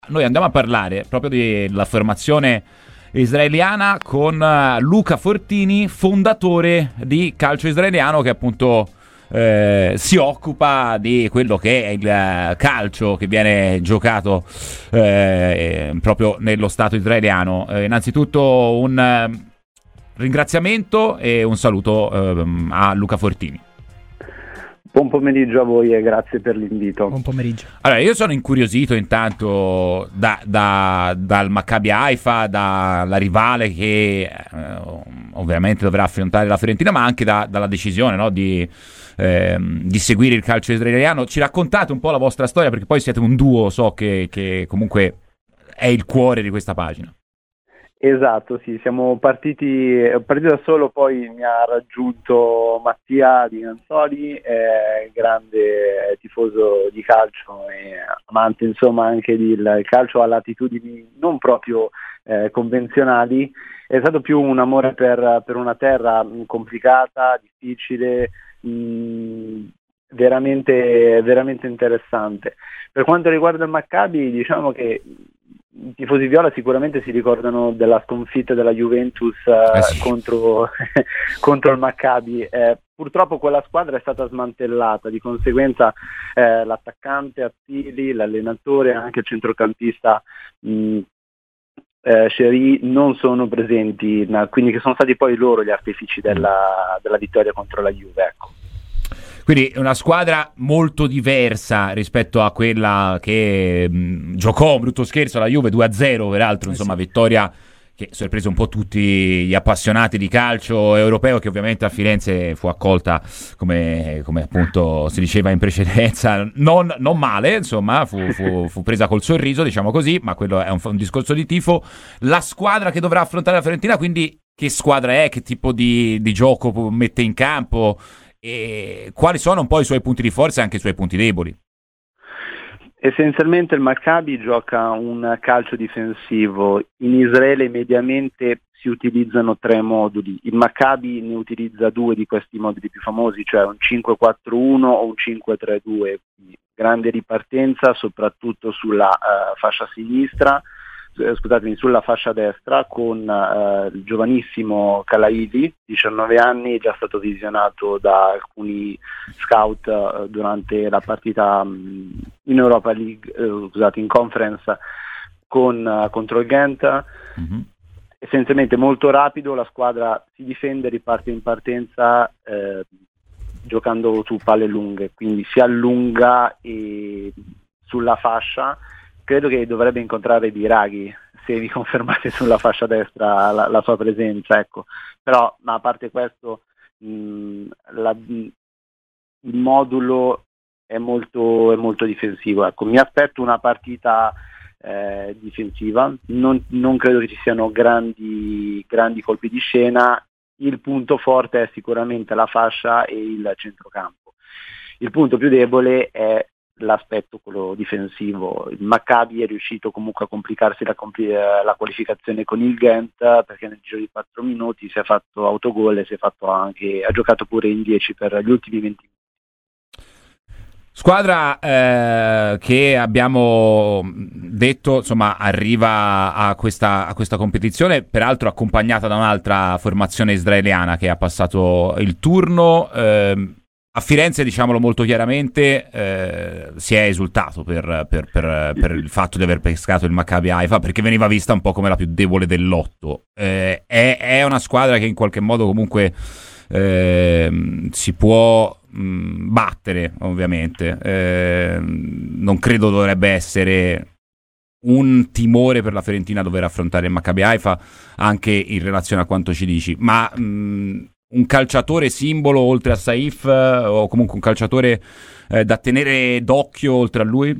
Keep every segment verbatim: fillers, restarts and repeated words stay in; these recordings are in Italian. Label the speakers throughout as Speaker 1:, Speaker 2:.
Speaker 1: Noi andiamo a parlare proprio della formazione israeliana con Luca Fortini, fondatore di Calcio Israeliano, che appunto eh, si occupa di quello che è il calcio che viene giocato eh, proprio nello Stato israeliano. Eh, innanzitutto un eh, ringraziamento e un saluto eh, a Luca Fortini.
Speaker 2: Buon pomeriggio a voi e grazie per l'invito.
Speaker 3: Buon pomeriggio.
Speaker 1: Allora, io sono incuriosito intanto da, da, dal Maccabi Haifa, dalla rivale che eh, ovviamente dovrà affrontare la Fiorentina, ma anche da, dalla decisione, no, di, eh, di seguire il calcio israeliano. Ci raccontate un po' la vostra storia, perché poi siete un duo, so che, che comunque è il cuore di questa pagina.
Speaker 2: Esatto, sì, siamo partiti, partito da solo, poi mi ha raggiunto Mattia Di Nanzoli, eh, grande tifoso di calcio e amante insomma anche del calcio a latitudini non proprio eh, convenzionali. È stato più un amore per, per una terra complicata, difficile, mh, veramente, veramente interessante. Per quanto riguarda il Maccabi, diciamo che i tifosi viola sicuramente si ricordano della sconfitta della Juventus eh,
Speaker 1: eh sì.
Speaker 2: contro, contro il Maccabi. Eh, purtroppo quella squadra è stata smantellata, di conseguenza eh, l'attaccante Azzili, l'allenatore e anche il centrocampista mh, eh, Sherry non sono presenti, na, quindi che sono stati poi loro gli artefici della, della vittoria contro la Juve, ecco.
Speaker 1: Quindi una squadra molto diversa rispetto a quella che mh, giocò, brutto scherzo, la Juve due a zero, peraltro, insomma,
Speaker 3: eh sì.
Speaker 1: vittoria che sorprese un po' tutti gli appassionati di calcio europeo, che ovviamente a Firenze fu accolta, come, come appunto si diceva in precedenza, non, non male, insomma, fu, fu, fu presa col sorriso, diciamo così, ma quello è un, un discorso di tifo. La squadra che dovrà affrontare la Fiorentina, quindi che squadra è, che tipo di, di gioco mette in campo? E quali sono un po' i suoi punti di forza e anche i suoi punti deboli?
Speaker 2: Essenzialmente il Maccabi gioca un calcio difensivo. In Israele mediamente si utilizzano tre moduli. Il Maccabi ne utilizza due di questi moduli più famosi, cioè un cinque quattro uno o un cinque tre due. Grande ripartenza soprattutto sulla uh, fascia sinistra, scusatemi, sulla fascia destra, con eh, il giovanissimo Kalaidi, diciannove anni, già stato visionato da alcuni scout eh, durante la partita mh, in Europa League, eh, scusate, in conference con, uh, contro il Ghent. Mm-hmm. Essenzialmente molto rapido, la squadra si difende, riparte in partenza eh, giocando su palle lunghe, quindi si allunga e sulla fascia. Credo che dovrebbe incontrare Biraghi, se vi confermate sulla fascia destra la, la sua presenza, ecco. Però, ma a parte questo, mh, la, il modulo è molto, è molto difensivo. Ecco. Mi aspetto una partita eh, difensiva, non, non credo che ci siano grandi, grandi colpi di scena. Il punto forte è sicuramente la fascia e il centrocampo. Il punto più debole è l'aspetto quello difensivo. Il Maccabi è riuscito comunque a complicarsi la, compli- la qualificazione con il Ghent, perché nel giro di quattro minuti si è fatto autogol e si è fatto anche, ha giocato pure in dieci per gli ultimi venti minuti.
Speaker 1: Squadra eh, che abbiamo detto, insomma, arriva a questa, a questa competizione, peraltro accompagnata da un'altra formazione israeliana che ha passato il turno. Eh, A Firenze, diciamolo molto chiaramente, eh, si è esultato per, per, per, per il fatto di aver pescato il Maccabi Haifa, perché veniva vista un po' come la più debole del lotto. Eh, è, è una squadra che in qualche modo comunque eh, si può mh, battere, ovviamente. Eh, non credo dovrebbe essere un timore per la Fiorentina dover affrontare il Maccabi Haifa, anche in relazione a quanto ci dici, ma mh, un calciatore simbolo oltre a Saif, eh, o comunque un calciatore eh, da tenere d'occhio oltre a lui?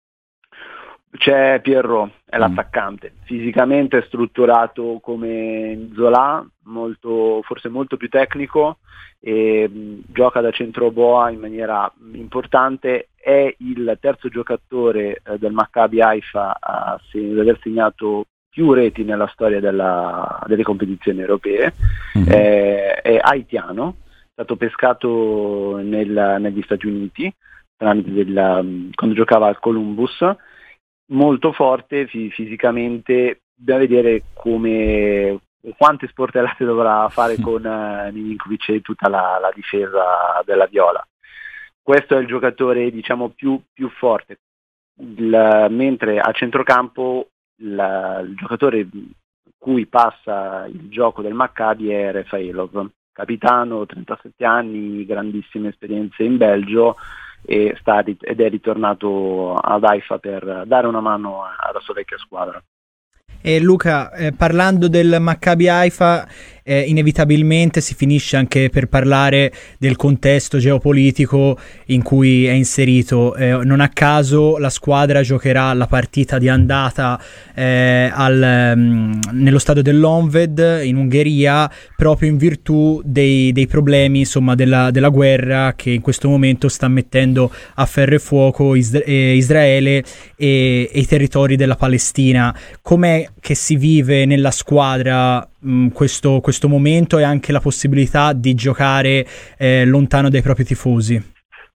Speaker 2: C'è Pierrot, è
Speaker 1: mm.
Speaker 2: l'attaccante, fisicamente è strutturato come Zola, molto, forse molto più tecnico, e mh, gioca da centroboa in maniera importante. È il terzo giocatore eh, del Maccabi Haifa a se- ad aver segnato più reti nella storia della, delle competizioni europee. Mm-hmm. eh, è haitiano, è stato pescato nel, negli Stati Uniti tramite del, quando giocava al Columbus. molto forte f- fisicamente, da vedere come quante sportellate dovrà fare con uh, Milinkovic e tutta la, la difesa della Viola. Questo è il giocatore, diciamo, più, più forte, il, mentre a centrocampo la, il giocatore cui passa il gioco del Maccabi è Refailov, capitano, trentasette anni, grandissime esperienze in Belgio, e sta, ed è ritornato ad Haifa per dare una mano alla sua vecchia squadra.
Speaker 3: E Luca, eh, parlando del Maccabi Haifa, eh, inevitabilmente si finisce anche per parlare del contesto geopolitico in cui è inserito. Eh, non a caso la squadra giocherà la partita di andata eh, al, um, nello stadio dell'Onved in Ungheria, proprio in virtù dei, dei problemi, insomma, della, della guerra che in questo momento sta mettendo a ferro e fuoco Isra- eh, Israele e, e i territori della Palestina. Com'è che si vive nella squadra mh, questo, questo momento e anche la possibilità di giocare eh, lontano dai propri tifosi?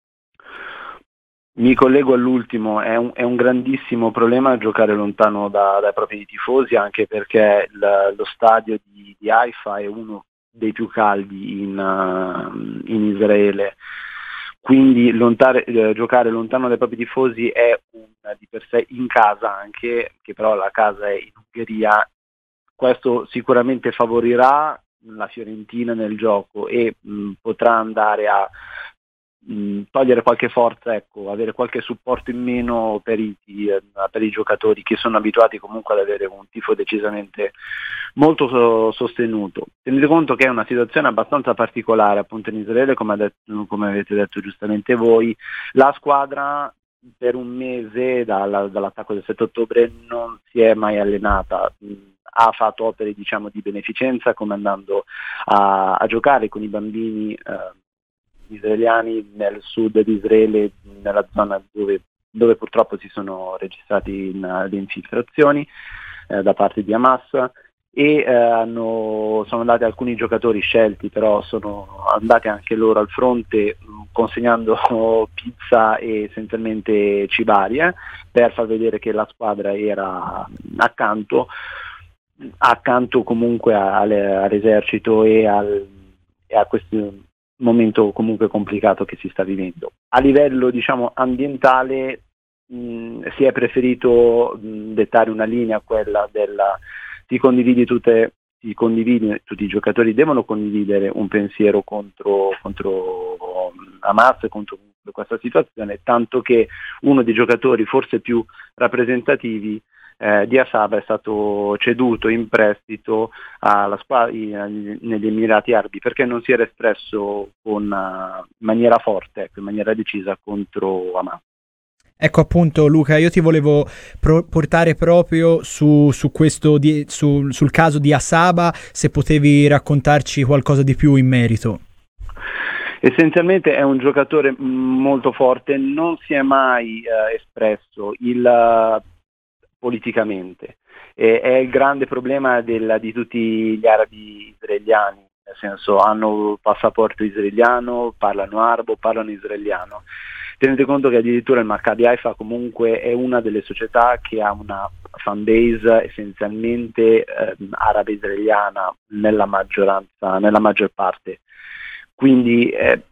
Speaker 2: Mi collego all'ultimo, è un, è un grandissimo problema giocare lontano da, dai propri tifosi, anche perché il, lo stadio di, di Haifa è uno dei più caldi in, uh, in Israele, quindi lontare, eh, giocare lontano dai propri tifosi è un, di per sé in casa anche, che però la casa è in Ungheria. Questo sicuramente favorirà la Fiorentina nel gioco e mh, potrà andare a mh, togliere qualche forza, ecco, avere qualche supporto in meno per i, eh, per i giocatori che sono abituati comunque ad avere un tifo decisamente molto so- sostenuto. Tenete conto che è una situazione abbastanza particolare appunto in Israele, come, ha detto, come avete detto giustamente voi. La squadra per un mese dalla, dall'attacco del sette ottobre non si è mai allenata, ha fatto opere, diciamo, di beneficenza, come andando a, a giocare con i bambini eh, israeliani nel sud di Israele, nella zona dove, dove purtroppo si sono registrati in, le infiltrazioni eh, da parte di Hamas, e eh, hanno, sono andati alcuni giocatori scelti, però sono andati anche loro al fronte mh, consegnando pizza e essenzialmente cibarie per far vedere che la squadra era accanto accanto comunque alle, all'esercito e, al, e a questo momento comunque complicato che si sta vivendo. A livello, diciamo, ambientale mh, si è preferito mh, dettare una linea, quella della si condividi tutte si condivide, tutti i giocatori devono condividere un pensiero contro, contro Hamas, contro questa situazione, tanto che uno dei giocatori forse più rappresentativi eh, di Asaba è stato ceduto in prestito alla squadra negli Emirati Arabi, perché non si era espresso con, uh, in maniera forte, ecco, in maniera decisa contro Hamas.
Speaker 3: Ecco appunto Luca, io ti volevo pro- portare proprio su, su questo di, su, sul caso di Asaba, se potevi raccontarci qualcosa di più in merito.
Speaker 2: Essenzialmente è un giocatore molto forte, non si è mai eh, espresso il, uh, politicamente, e è il grande problema del, di tutti gli arabi israeliani, nel senso hanno passaporto israeliano, parlano arabo, parlano israeliano. Tenete conto che addirittura il Maccabi Haifa comunque è una delle società che ha una fan base essenzialmente eh, araba israeliana nella maggioranza, nella maggior parte. Quindi eh,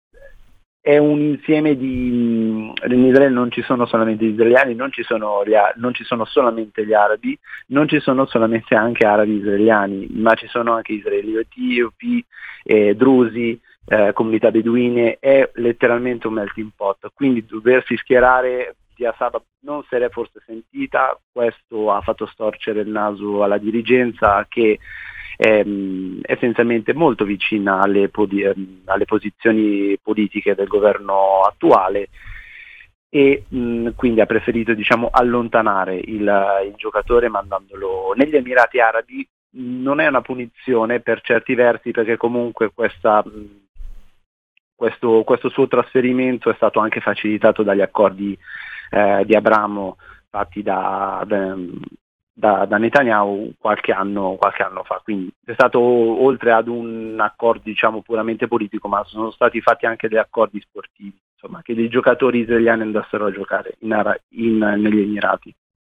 Speaker 2: è un insieme di... in Israele non ci sono solamente gli israeliani, non ci sono, gli, non ci sono solamente gli arabi, non ci sono solamente anche arabi israeliani, ma ci sono anche israeli etiopi, eh, drusi, eh, comunità beduine, è letteralmente un melting pot, quindi doversi schierare di Asaba non se l'è forse sentita, questo ha fatto storcere il naso alla dirigenza che è essenzialmente molto vicina alle, alle posizioni politiche del governo attuale e mh, quindi ha preferito, diciamo, allontanare il, il giocatore mandandolo negli Emirati Arabi. Non è una punizione per certi versi, perché comunque questa, mh, questo, questo suo trasferimento è stato anche facilitato dagli accordi eh, di Abramo fatti da, da Da, da Netanyahu qualche anno, qualche anno fa, quindi è stato oltre ad un accordo, diciamo, puramente politico, ma sono stati fatti anche degli accordi sportivi, insomma, che dei giocatori israeliani andassero a giocare in, in, negli Emirati.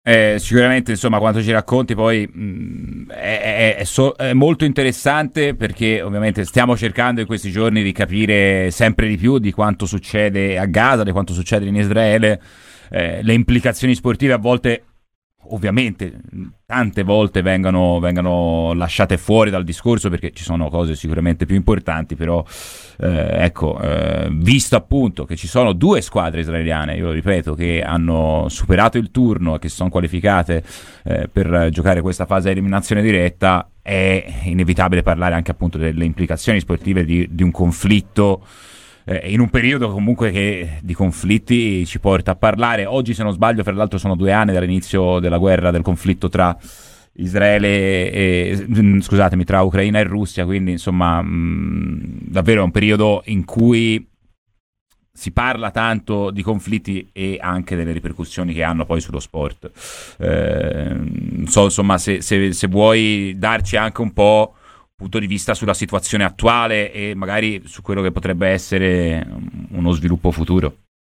Speaker 1: Eh, sicuramente, insomma, quanto ci racconti poi mh, è, è, è, so, è molto interessante, perché ovviamente stiamo cercando in questi giorni di capire sempre di più di quanto succede a Gaza, di quanto succede in Israele, eh, le implicazioni sportive a volte, ovviamente, tante volte vengano, vengano lasciate fuori dal discorso, perché ci sono cose sicuramente più importanti, però eh, ecco, eh, visto appunto che ci sono due squadre israeliane, io lo ripeto, che hanno superato il turno e che si sono qualificate eh, per giocare questa fase a eliminazione diretta, è inevitabile parlare anche appunto delle implicazioni sportive di, di un conflitto, Eh, in un periodo comunque che di conflitti ci porta a parlare. Oggi, se non sbaglio, fra l'altro sono due anni dall'inizio della guerra, del conflitto tra Israele e, scusatemi, tra Ucraina e Russia, quindi insomma mh, davvero è un periodo in cui si parla tanto di conflitti e anche delle ripercussioni che hanno poi sullo sport. Eh, non so, insomma, se, se, se vuoi darci anche un po' punto di vista sulla situazione attuale e magari su quello che potrebbe essere uno sviluppo futuro.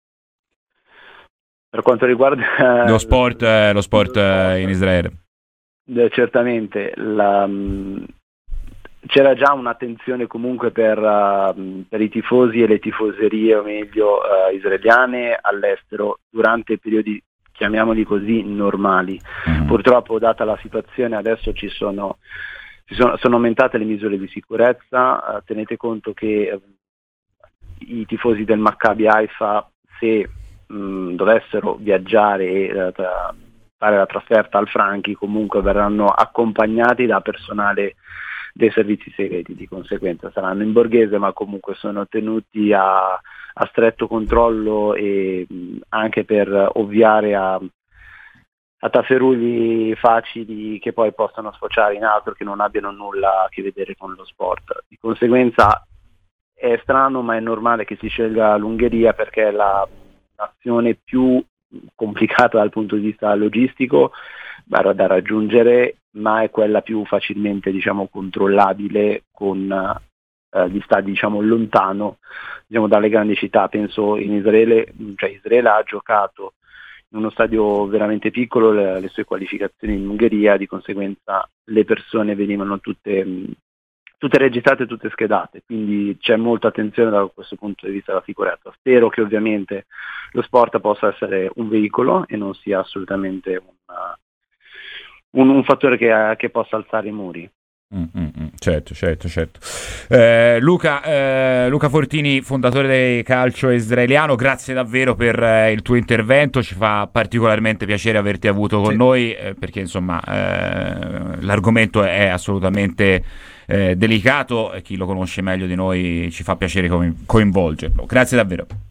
Speaker 2: Per quanto riguarda
Speaker 1: lo sport, eh, lo sport eh, in Israele.
Speaker 2: Eh, certamente la, mh, c'era già un'attenzione comunque per, uh, per i tifosi e le tifoserie, o meglio uh, israeliane all'estero durante periodi, chiamiamoli così, normali. Mm-hmm. Purtroppo, data la situazione, adesso ci sono Sono, sono aumentate le misure di sicurezza. Uh, tenete conto che uh, i tifosi del Maccabi Haifa, se mh, dovessero viaggiare e uh, tra, fare la trasferta al Franchi, comunque verranno accompagnati da personale dei servizi segreti, di conseguenza saranno in borghese, ma comunque sono tenuti a, a stretto controllo, e mh, anche per ovviare a a tafferugli facili che poi possano sfociare in altro che non abbiano nulla a che vedere con lo sport. Di conseguenza è strano, ma è normale che si scelga l'Ungheria, perché è la nazione più complicata dal punto di vista logistico da raggiungere, ma è quella più facilmente, diciamo, controllabile, con eh, gli stadi, diciamo, lontano, diciamo, dalle grandi città. Penso in Israele, cioè Israele ha giocato in uno stadio veramente piccolo le, le sue qualificazioni in Ungheria, di conseguenza le persone venivano tutte, mh, tutte registrate, tutte schedate, quindi c'è molta attenzione da questo punto di vista della sicurezza. Spero che ovviamente lo sport possa essere un veicolo e non sia assolutamente una, un, un fattore che, che possa alzare i muri.
Speaker 1: Mm, mm, mm, certo, certo, certo. Eh, Luca, eh, Luca Fortini, fondatore del calcio israeliano, grazie davvero per eh, il tuo intervento. Ci fa particolarmente piacere averti avuto con sì. noi, eh, perché insomma eh, l'argomento è assolutamente eh, delicato, e chi lo conosce meglio di noi ci fa piacere coinvolgerlo. Grazie davvero.